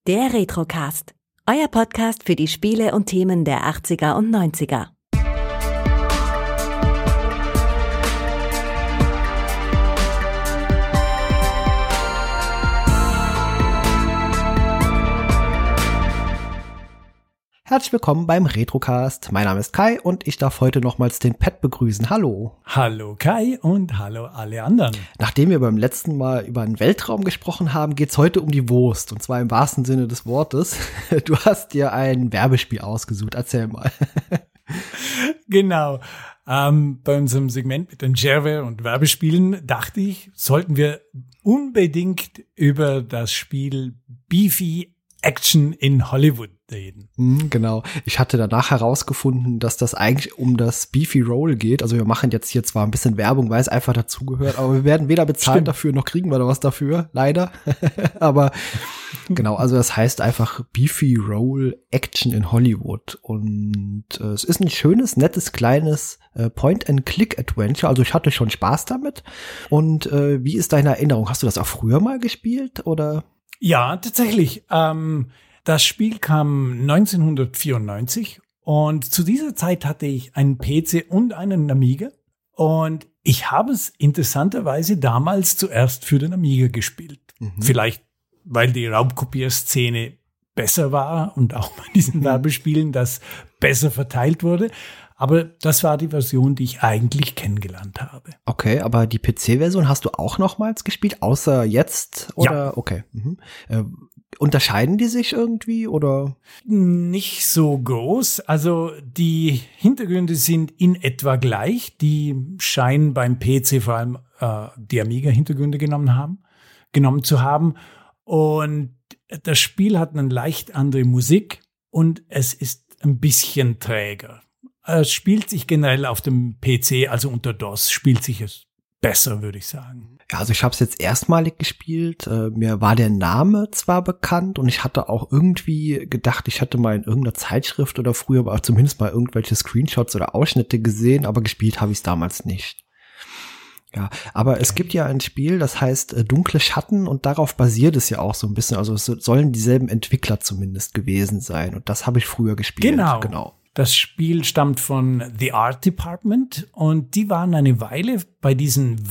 Der Retrocast, euer Podcast für die Spiele und Themen der 80er und 90er. Herzlich willkommen beim Retrocast. Mein Name ist Kai und ich darf heute nochmals den Pat begrüßen. Hallo. Hallo Kai und hallo alle anderen. Nachdem wir beim letzten Mal über den Weltraum gesprochen haben, geht's heute um die Wurst. Und zwar im wahrsten Sinne des Wortes. Du hast dir ein Werbespiel ausgesucht. Erzähl mal. Genau. Bei unserem Segment mit den Shareware und Werbespielen dachte ich, sollten wir unbedingt über das Spiel Beefy Action in Hollywood reden. Genau. Ich hatte danach herausgefunden, dass das eigentlich um das Beefy Roll geht. Also wir machen jetzt hier zwar ein bisschen Werbung, weil es einfach dazugehört, aber wir werden weder bezahlt dafür, noch kriegen wir da was dafür, leider. Aber genau, also das heißt einfach Beefy Roll Action in Hollywood. Und es ist ein schönes, nettes, kleines Point-and-Click-Adventure. Also ich hatte schon Spaß damit. Und wie ist deine Erinnerung? Hast du das auch früher mal gespielt, oder? Ja, tatsächlich. Das Spiel kam 1994 und zu dieser Zeit hatte ich einen PC und einen Amiga und ich habe es interessanterweise damals zuerst für den Amiga gespielt. Vielleicht, weil die Raubkopierszene besser war und auch bei diesen Werbespielen das besser verteilt wurde. Aber das war die Version, die ich eigentlich kennengelernt habe. Okay, aber die PC-Version hast du auch nochmals gespielt, außer jetzt? Oder? Ja. Okay. Unterscheiden die sich irgendwie, oder? Nicht so groß. Also die Hintergründe sind in etwa gleich. Die scheinen beim PC vor allem die Amiga-Hintergründe genommen zu haben. Und das Spiel hat eine leicht andere Musik und es ist ein bisschen träger. Es spielt sich generell auf dem PC, also unter DOS, spielt sich es besser, würde ich sagen. Ja, also ich habe es jetzt erstmalig gespielt. Mir war der Name zwar bekannt und ich hatte auch irgendwie gedacht, ich hatte mal in irgendeiner Zeitschrift oder früher aber zumindest mal irgendwelche Screenshots oder Ausschnitte gesehen, aber gespielt habe ich es damals nicht. Ja, aber es gibt ja ein Spiel, das heißt Dunkle Schatten und darauf basiert es ja auch so ein bisschen. Also es sollen dieselben Entwickler zumindest gewesen sein und das habe ich früher gespielt. Genau. Das Spiel stammt von The Art Department und die waren eine Weile bei diesen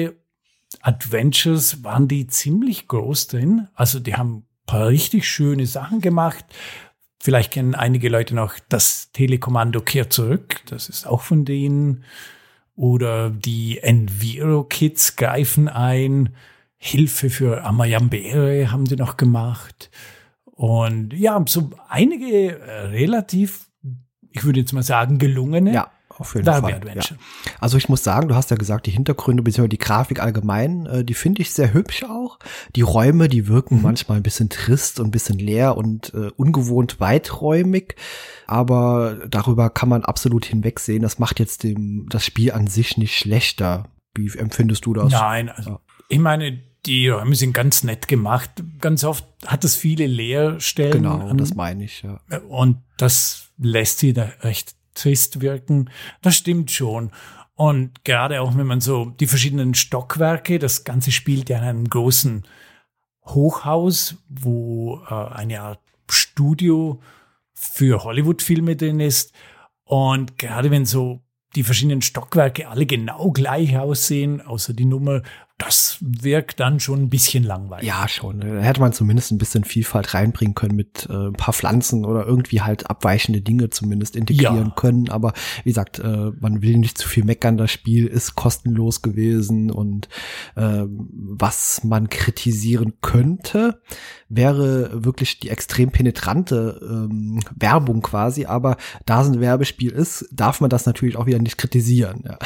Werbe-Adventures, waren die ziemlich groß drin. Also die haben ein paar richtig schöne Sachen gemacht. Vielleicht kennen einige Leute noch das Telekommando Kehr zurück, das ist auch von denen. Oder die Enviro-Kids greifen ein. Hilfe für Amayambere haben die noch gemacht. Und ja, so einige relativ, ich würde jetzt mal sagen, gelungene. Ja, auf jeden Fall. Ja. Also ich muss sagen, du hast ja gesagt, die Hintergründe bzw. die Grafik allgemein, die finde ich sehr hübsch auch. Die Räume, die wirken manchmal ein bisschen trist und ein bisschen leer und ungewohnt weiträumig. Aber darüber kann man absolut hinwegsehen. Das macht jetzt das Spiel an sich nicht schlechter. Wie empfindest du das? Nein, also ich meine, die Räume sind ganz nett gemacht. Ganz oft hat es viele Leerstellen. Genau, das meine ich, ja. Und das lässt sie da recht trist wirken. Das stimmt schon. Und gerade auch, wenn man so die verschiedenen Stockwerke, das Ganze spielt ja in einem großen Hochhaus, wo eine Art Studio für Hollywood-Filme drin ist. Und gerade wenn so die verschiedenen Stockwerke alle genau gleich aussehen, außer die Nummer, das wirkt dann schon ein bisschen langweilig. Ja, schon. Da hätte man zumindest ein bisschen Vielfalt reinbringen können mit ein paar Pflanzen oder irgendwie halt abweichende Dinge zumindest integrieren können. Aber wie gesagt, man will nicht zu viel meckern. Das Spiel ist kostenlos gewesen und was man kritisieren könnte, wäre wirklich die extrem penetrante Werbung quasi. Aber da es ein Werbespiel ist, darf man das natürlich auch wieder nicht kritisieren. Ja.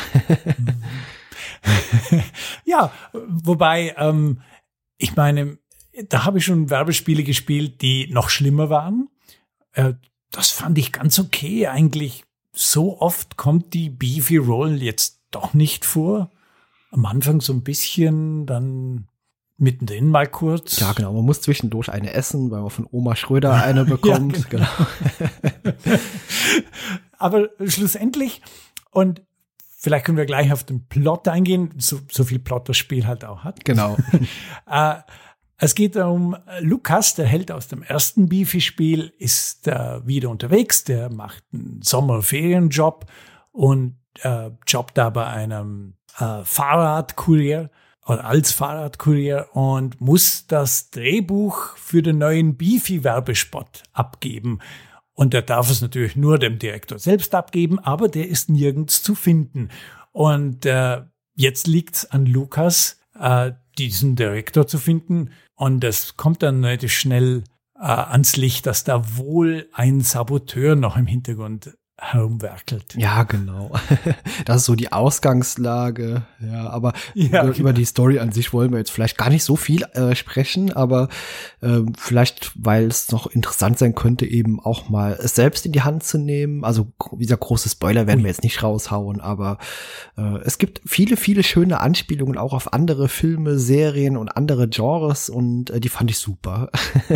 Ja, wobei, ich meine, da habe ich schon Werbespiele gespielt, die noch schlimmer waren. Das fand ich ganz okay eigentlich. So oft kommt die Beefy Roll jetzt doch nicht vor. Am Anfang so ein bisschen, dann mittendrin mal kurz. Ja, genau. Man muss zwischendurch eine essen, weil man von Oma Schröder eine bekommt. Ja, genau. Aber schlussendlich, und vielleicht können wir gleich auf den Plot eingehen, so viel Plot das Spiel halt auch hat. Genau. Es geht darum, Lucas, der Held aus dem ersten Beefy-Spiel, ist wieder unterwegs. Der macht einen Sommerferienjob und jobbt da bei einem Fahrradkurier oder als Fahrradkurier und muss das Drehbuch für den neuen Beefy-Werbespot abgeben. Und er darf es natürlich nur dem Direktor selbst abgeben, aber der ist nirgends zu finden. Und jetzt liegt's an Lucas, diesen Direktor zu finden. Und es kommt dann relativ schnell ans Licht, dass da wohl ein Saboteur noch im Hintergrund herumwerkelt. Ja, genau. Das ist so die Ausgangslage. Ja, aber über die Story an sich wollen wir jetzt vielleicht gar nicht so viel sprechen, aber vielleicht, weil es noch interessant sein könnte, eben auch mal es selbst in die Hand zu nehmen. Also dieser große Spoiler werden wir jetzt nicht raushauen, aber es gibt viele, viele schöne Anspielungen auch auf andere Filme, Serien und andere Genres und die fand ich super.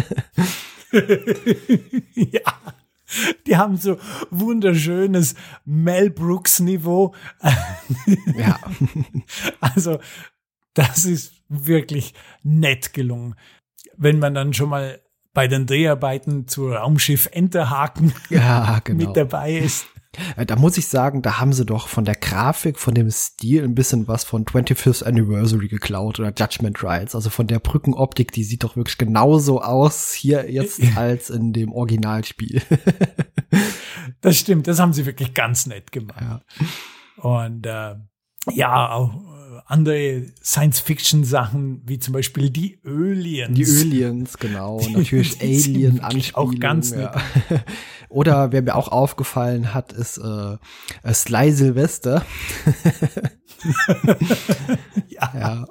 Ja. Die haben so wunderschönes Mel Brooks-Niveau. Ja. Also, das ist wirklich nett gelungen. Wenn man dann schon mal bei den Dreharbeiten zu Raumschiff Enterhaken mit dabei ist. Da muss ich sagen, da haben sie doch von der Grafik, von dem Stil ein bisschen was von 25th Anniversary geklaut oder Judgment Rights. Also von der Brückenoptik, die sieht doch wirklich genauso aus hier jetzt als in dem Originalspiel. Das stimmt, das haben sie wirklich ganz nett gemacht. Ja. Und auch andere Science-Fiction-Sachen, wie zum Beispiel die Aliens. Die Aliens, genau. Natürlich Alien-Anspielungen. Auch ganz nett. Ja. Oder wer mir auch aufgefallen hat, ist Sly Sylvester. Ja.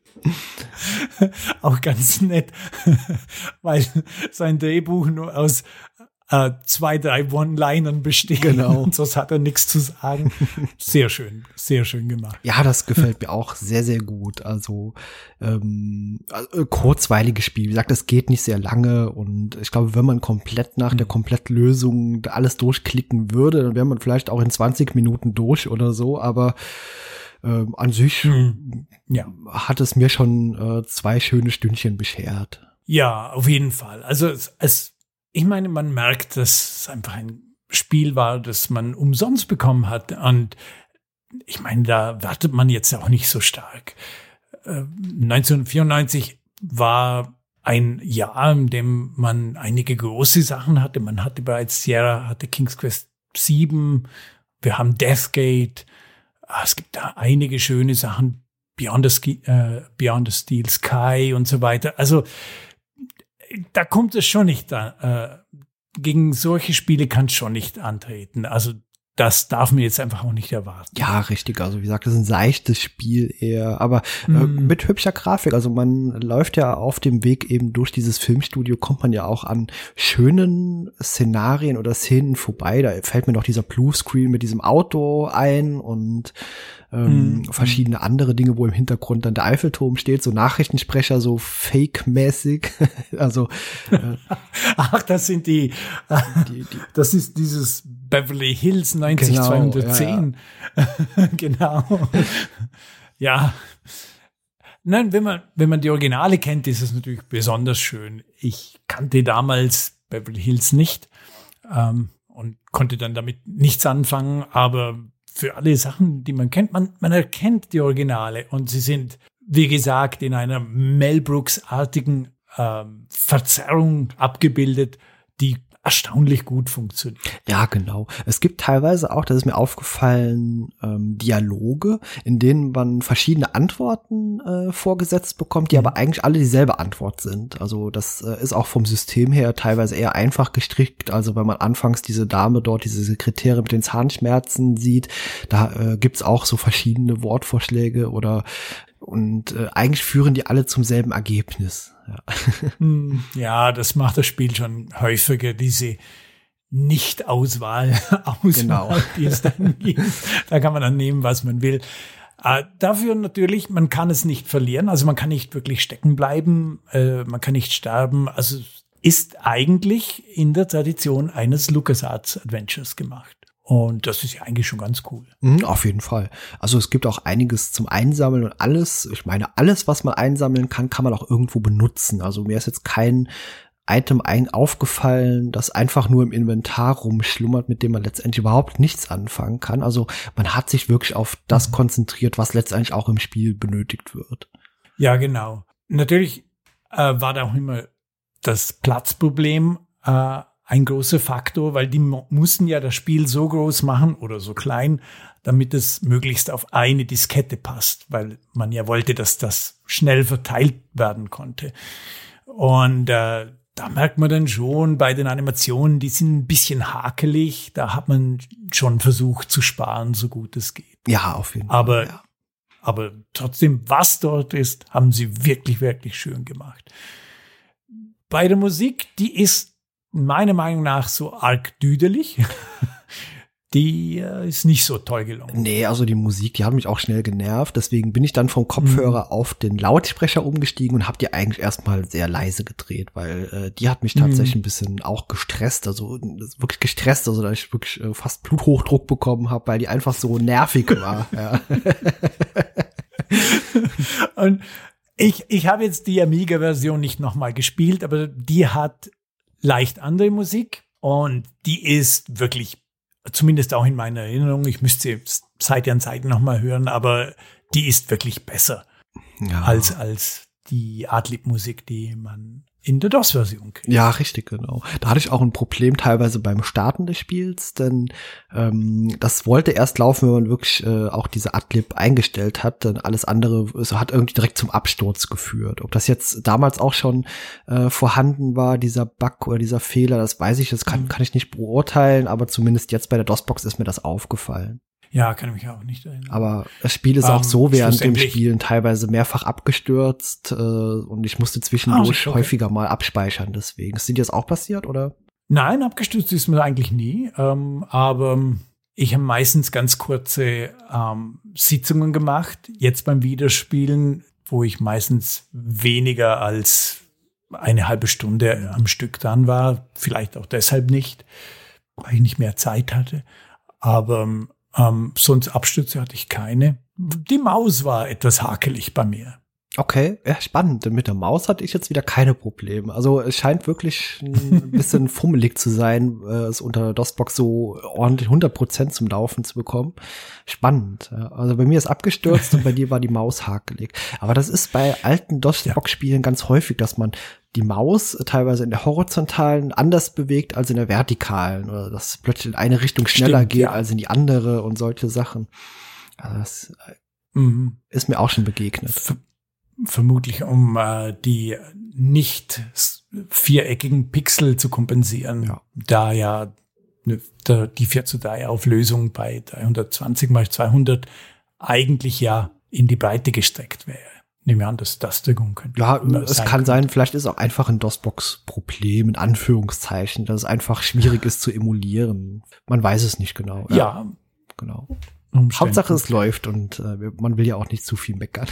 Auch ganz nett, weil sein Drehbuch nur aus 2, 3 One-Linern besteht. Genau. Und sonst hat er nichts zu sagen. Sehr schön gemacht. Ja, das gefällt mir auch sehr, sehr gut. Also kurzweiliges Spiel. Wie gesagt, es geht nicht sehr lange und ich glaube, wenn man komplett nach der Komplettlösung alles durchklicken würde, dann wäre man vielleicht auch in 20 Minuten durch oder so, aber an sich hat es mir schon 2 schöne Stündchen beschert. Ja, auf jeden Fall. Also ich meine, man merkt, dass es einfach ein Spiel war, das man umsonst bekommen hat. Und ich meine, da wartet man jetzt auch nicht so stark. 1994 war ein Jahr, in dem man einige große Sachen hatte. Man hatte bereits Sierra, hatte King's Quest 7, wir haben Deathgate. Es gibt da einige schöne Sachen, Beyond the Steel Sky und so weiter. Also da kommt es schon nicht an. Gegen solche Spiele kann es schon nicht antreten. Also das darf man jetzt einfach auch nicht erwarten. Ja, richtig. Also wie gesagt, das ist ein seichtes Spiel eher, aber mit hübscher Grafik. Also man läuft ja auf dem Weg eben durch dieses Filmstudio, kommt man ja auch an schönen Szenarien oder Szenen vorbei. Da fällt mir noch dieser Bluescreen mit diesem Auto ein und verschiedene andere Dinge, wo im Hintergrund dann der Eiffelturm steht, so Nachrichtensprecher, so fake-mäßig. Also ach, das sind das ist dieses Beverly Hills 90210. Genau. Genau. Ja. Nein, wenn man die Originale kennt, ist es natürlich besonders schön. Ich kannte damals Beverly Hills nicht und konnte dann damit nichts anfangen, aber für alle Sachen, die man kennt, man erkennt die Originale und sie sind, wie gesagt, in einer Mel Brooks-artigen Verzerrung abgebildet, die erstaunlich gut funktioniert. Ja, genau. Es gibt teilweise auch, das ist mir aufgefallen, Dialoge, in denen man verschiedene Antworten vorgesetzt bekommt, die aber eigentlich alle dieselbe Antwort sind. Also das ist auch vom System her teilweise eher einfach gestrickt. Also wenn man anfangs diese Dame dort, diese Sekretärin mit den Zahnschmerzen sieht, da gibt's auch so verschiedene Wortvorschläge und eigentlich führen die alle zum selben Ergebnis. Ja, das macht das Spiel schon häufiger, diese Nicht-Auswahl, genau. Die es dann gibt. Da kann man dann nehmen, was man will. Dafür natürlich, man kann es nicht verlieren, also man kann nicht wirklich stecken bleiben, man kann nicht sterben. Also ist eigentlich in der Tradition eines LucasArts Adventures gemacht. Und das ist ja eigentlich schon ganz cool. Auf jeden Fall. Also es gibt auch einiges zum Einsammeln und alles, was man einsammeln kann, kann man auch irgendwo benutzen. Also mir ist jetzt kein Item aufgefallen, das einfach nur im Inventar rumschlummert, mit dem man letztendlich überhaupt nichts anfangen kann. Also man hat sich wirklich auf das konzentriert, was letztendlich auch im Spiel benötigt wird. Ja, genau. Natürlich war da auch immer das Platzproblem ein großer Faktor, weil die mussten ja das Spiel so groß machen oder so klein, damit es möglichst auf eine Diskette passt, weil man ja wollte, dass das schnell verteilt werden konnte. Und da merkt man dann schon bei den Animationen, die sind ein bisschen hakelig. Da hat man schon versucht zu sparen, so gut es geht. Ja, auf jeden Fall. Aber trotzdem, was dort ist, haben sie wirklich, wirklich schön gemacht. Bei der Musik, die ist meiner Meinung nach so arg düdelig. Die ist nicht so toll gelungen. Nee, also die Musik, die hat mich auch schnell genervt. Deswegen bin ich dann vom Kopfhörer auf den Lautsprecher umgestiegen und habe die eigentlich erstmal sehr leise gedreht, weil die hat mich tatsächlich ein bisschen auch gestresst. Also wirklich gestresst, also dass ich wirklich fast Bluthochdruck bekommen habe, weil die einfach so nervig war. Ja. Und ich habe jetzt die Amiga-Version nicht nochmal gespielt, aber die hat leicht andere Musik und die ist wirklich, zumindest auch in meiner Erinnerung, ich müsste sie Seite an Seite nochmal hören, aber die ist wirklich besser als die Adlib-Musik, die man in der DOS-Version kriegt. Ja, richtig, genau. Da hatte ich auch ein Problem teilweise beim Starten des Spiels, denn das wollte erst laufen, wenn man wirklich auch diese Adlib eingestellt hat, denn alles andere hat irgendwie direkt zum Absturz geführt. Ob das jetzt damals auch schon vorhanden war, dieser Bug oder dieser Fehler, das weiß ich, das kann ich nicht beurteilen, aber zumindest jetzt bei der DOS-Box ist mir das aufgefallen. Ja, kann ich mich auch nicht erinnern. Aber das Spiel ist auch so während dem Spielen teilweise mehrfach abgestürzt und ich musste zwischendurch häufiger mal abspeichern. Deswegen. Ist dir das auch passiert, oder? Nein, abgestürzt ist mir eigentlich nie. Aber ich habe meistens ganz kurze Sitzungen gemacht. Jetzt beim Wiederspielen, wo ich meistens weniger als eine halbe Stunde am Stück dran war. Vielleicht auch deshalb nicht, weil ich nicht mehr Zeit hatte. Aber sonst Abstürze hatte ich keine. Die Maus war etwas hakelig bei mir. Okay, ja, spannend. Mit der Maus hatte ich jetzt wieder keine Probleme. Also es scheint wirklich ein bisschen fummelig zu sein, es unter der DOS-Box so ordentlich 100% zum Laufen zu bekommen. Spannend. Ja. Also bei mir ist abgestürzt und bei dir war die Maus hakelig. Aber das ist bei alten DOS-Box-Spielen ganz häufig, dass man die Maus teilweise in der horizontalen anders bewegt als in der vertikalen. Oder dass plötzlich in eine Richtung schneller geht als in die andere und solche Sachen. Also das ist mir auch schon begegnet. Vermutlich, um die nicht viereckigen Pixel zu kompensieren, da ja die 4:3 Auflösung bei 320x200 eigentlich ja in die Breite gestreckt wäre. Nehmen wir an, dass das der Grund könnte. Ja, es kann sein, vielleicht ist auch einfach ein DOS-Box-Problem, in Anführungszeichen, dass es einfach schwierig ist zu emulieren. Man weiß es nicht genau. Ja. Genau. Hauptsache es läuft und man will ja auch nicht zu viel meckern.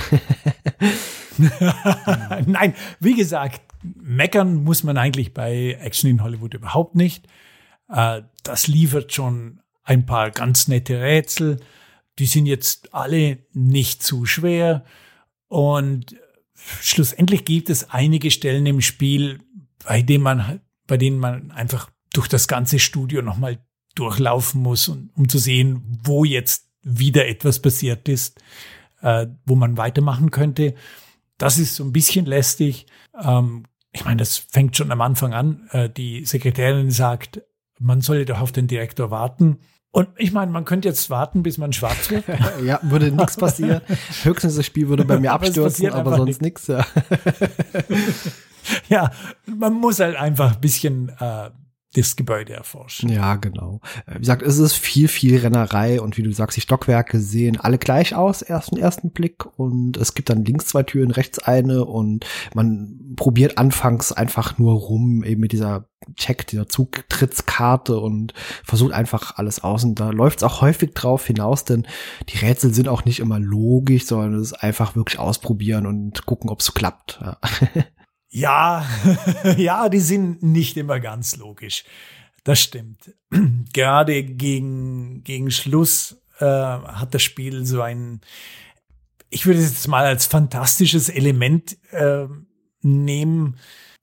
Nein, wie gesagt, meckern muss man eigentlich bei Action in Hollywood überhaupt nicht. Das liefert schon ein paar ganz nette Rätsel. Die sind jetzt alle nicht zu schwer. Und schlussendlich gibt es einige Stellen im Spiel, bei denen man einfach durch das ganze Studio nochmal durchlaufen muss, um zu sehen, wo jetzt wieder etwas passiert ist, wo man weitermachen könnte. Das ist so ein bisschen lästig. Ich meine, das fängt schon am Anfang an. Die Sekretärin sagt, man solle doch auf den Direktor warten. Und ich meine, man könnte jetzt warten, bis man schwarz wird. Ja, würde nichts passieren. Höchstens das Spiel würde bei mir abstürzen, aber sonst nichts. Ja. Ja, man muss halt einfach ein bisschen das Gebäude erforschen. Ja, genau. Wie gesagt, es ist viel Rennerei und wie du sagst, die Stockwerke sehen alle gleich aus, ersten Blick und es gibt dann links 2 Türen, rechts eine und man probiert anfangs einfach nur rum, eben mit dieser Zutrittskarte und versucht einfach alles aus und da läuft es auch häufig drauf hinaus, denn die Rätsel sind auch nicht immer logisch, sondern es ist einfach wirklich ausprobieren und gucken, ob es klappt. Ja. Ja, ja, die sind nicht immer ganz logisch. Das stimmt. Gerade gegen Schluss hat das Spiel so ein, ich würde es jetzt mal als fantastisches Element nehmen,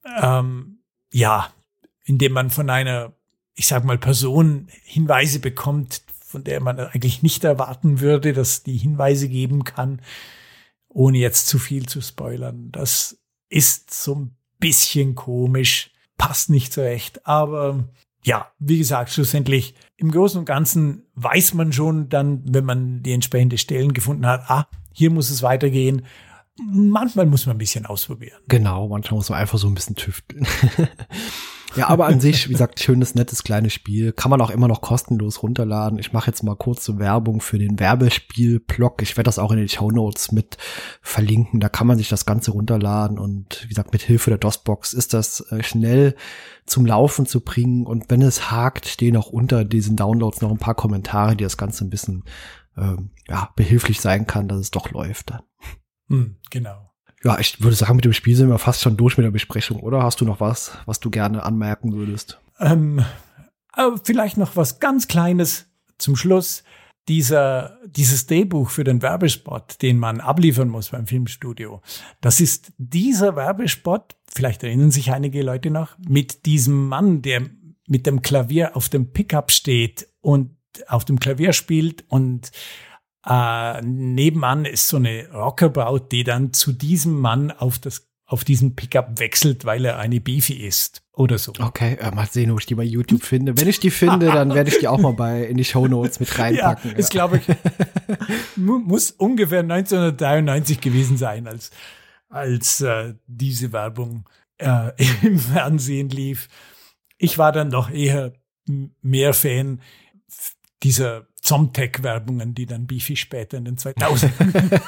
indem man von einer, ich sag mal, Person Hinweise bekommt, von der man eigentlich nicht erwarten würde, dass die Hinweise geben kann, ohne jetzt zu viel zu spoilern. Das ist so ein bisschen komisch, passt nicht so echt, aber ja, wie gesagt, schlussendlich im Großen und Ganzen weiß man schon dann, wenn man die entsprechenden Stellen gefunden hat, hier muss es weitergehen. Manchmal muss man ein bisschen ausprobieren. Genau, manchmal muss man einfach so ein bisschen tüfteln. Ja, aber an sich, wie gesagt, schönes, nettes, kleines Spiel. Kann man auch immer noch kostenlos runterladen. Ich mache jetzt mal kurze Werbung für den Werbespiel-Blog. Ich werde das auch in den Shownotes mit verlinken. Da kann man sich das Ganze runterladen und wie gesagt, mit Hilfe der DOS-Box ist das schnell zum Laufen zu bringen. Und wenn es hakt, stehen auch unter diesen Downloads noch ein paar Kommentare, die das Ganze ein bisschen behilflich sein kann, dass es doch läuft dann. Genau. Ja, ich würde sagen, mit dem Spiel sind wir fast schon durch mit der Besprechung, oder? Hast du noch was du gerne anmerken würdest? Vielleicht noch was ganz Kleines zum Schluss. Dieses Drehbuch für den Werbespot, den man abliefern muss beim Filmstudio, das ist dieser Werbespot, vielleicht erinnern sich einige Leute noch, mit diesem Mann, der mit dem Klavier auf dem Pickup steht und auf dem Klavier spielt und nebenan ist so eine Rockerbraut, die dann zu diesem Mann auf diesen Pickup wechselt, weil er eine Beefy ist oder so. Okay, mal sehen, ob ich die bei YouTube finde. Wenn ich die finde, dann werde ich die auch mal in die Shownotes mit reinpacken. Ja, ist, glaube ich, muss ungefähr 1993 gewesen sein, als diese Werbung im Fernsehen lief. Ich war dann doch eher mehr Fan dieser Zomtech-Werbungen, die dann Beefy später in den 2000ern.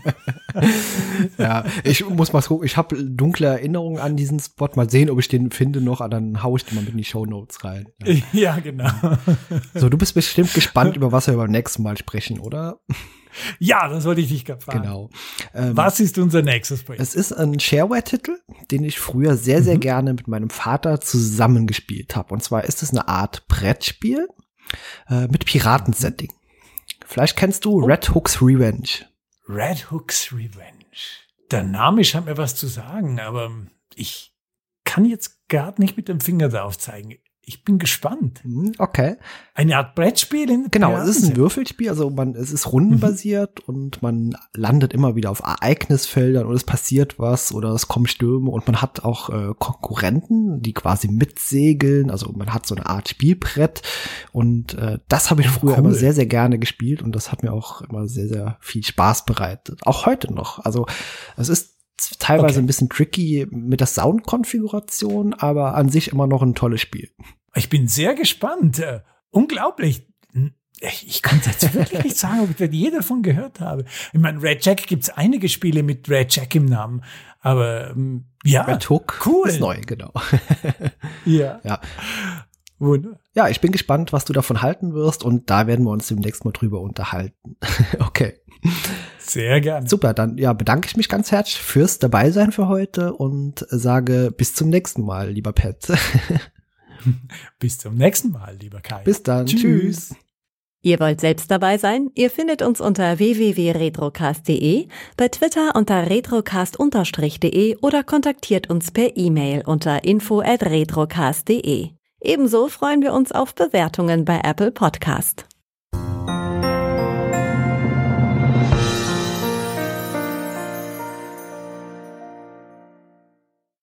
Ja, ich muss mal gucken. Ich habe dunkle Erinnerungen an diesen Spot. Mal sehen, ob ich den finde noch. Dann hau ich den mal mit in die Shownotes rein. Ja, genau. So, du bist bestimmt gespannt, über was wir beim nächsten Mal sprechen, oder? Ja, das wollte ich dich gerade fragen. Genau. Was ist unser nächstes Projekt? Es ist ein Shareware-Titel, den ich früher sehr, sehr gerne mit meinem Vater zusammengespielt habe. Und zwar ist es eine Art Brettspiel mit Piratensetting. Vielleicht kennst du Red Hook's Revenge. Red Hook's Revenge. Der Name scheint mir was zu sagen, aber ich kann jetzt gerade nicht mit dem Finger drauf zeigen. Ich bin gespannt. Okay. Eine Art Brettspiel? Genau, es ist ein Würfelspiel, also es ist rundenbasiert und man landet immer wieder auf Ereignisfeldern und es passiert was oder es kommen Stürme und man hat auch Konkurrenten, die quasi mitsegeln, also man hat so eine Art Spielbrett und das habe ich früher immer sehr, sehr gerne gespielt und das hat mir auch immer sehr, sehr viel Spaß bereitet. Auch heute noch. Also es ist teilweise ein bisschen tricky mit der Soundkonfiguration, aber an sich immer noch ein tolles Spiel. Ich bin sehr gespannt. Unglaublich. Ich konnte jetzt wirklich nicht sagen, ob ich da je davon gehört habe. Ich meine, Red Jack gibt's einige Spiele mit Red Jack im Namen, aber ja, Red Hook cool. Ist neu, genau. Ja. Wunderbar. Ja, ich bin gespannt, was du davon halten wirst und da werden wir uns demnächst mal drüber unterhalten. Okay. Sehr gerne. Super, dann bedanke ich mich ganz herzlich fürs Dabeisein für heute und sage bis zum nächsten Mal, lieber Pat. Bis zum nächsten Mal, lieber Kai. Bis dann. Tschüss. Ihr wollt selbst dabei sein? Ihr findet uns unter www.retrocast.de, bei Twitter unter retrocast_de oder kontaktiert uns per E-Mail unter info@retrocast.de. Ebenso freuen wir uns auf Bewertungen bei Apple Podcast.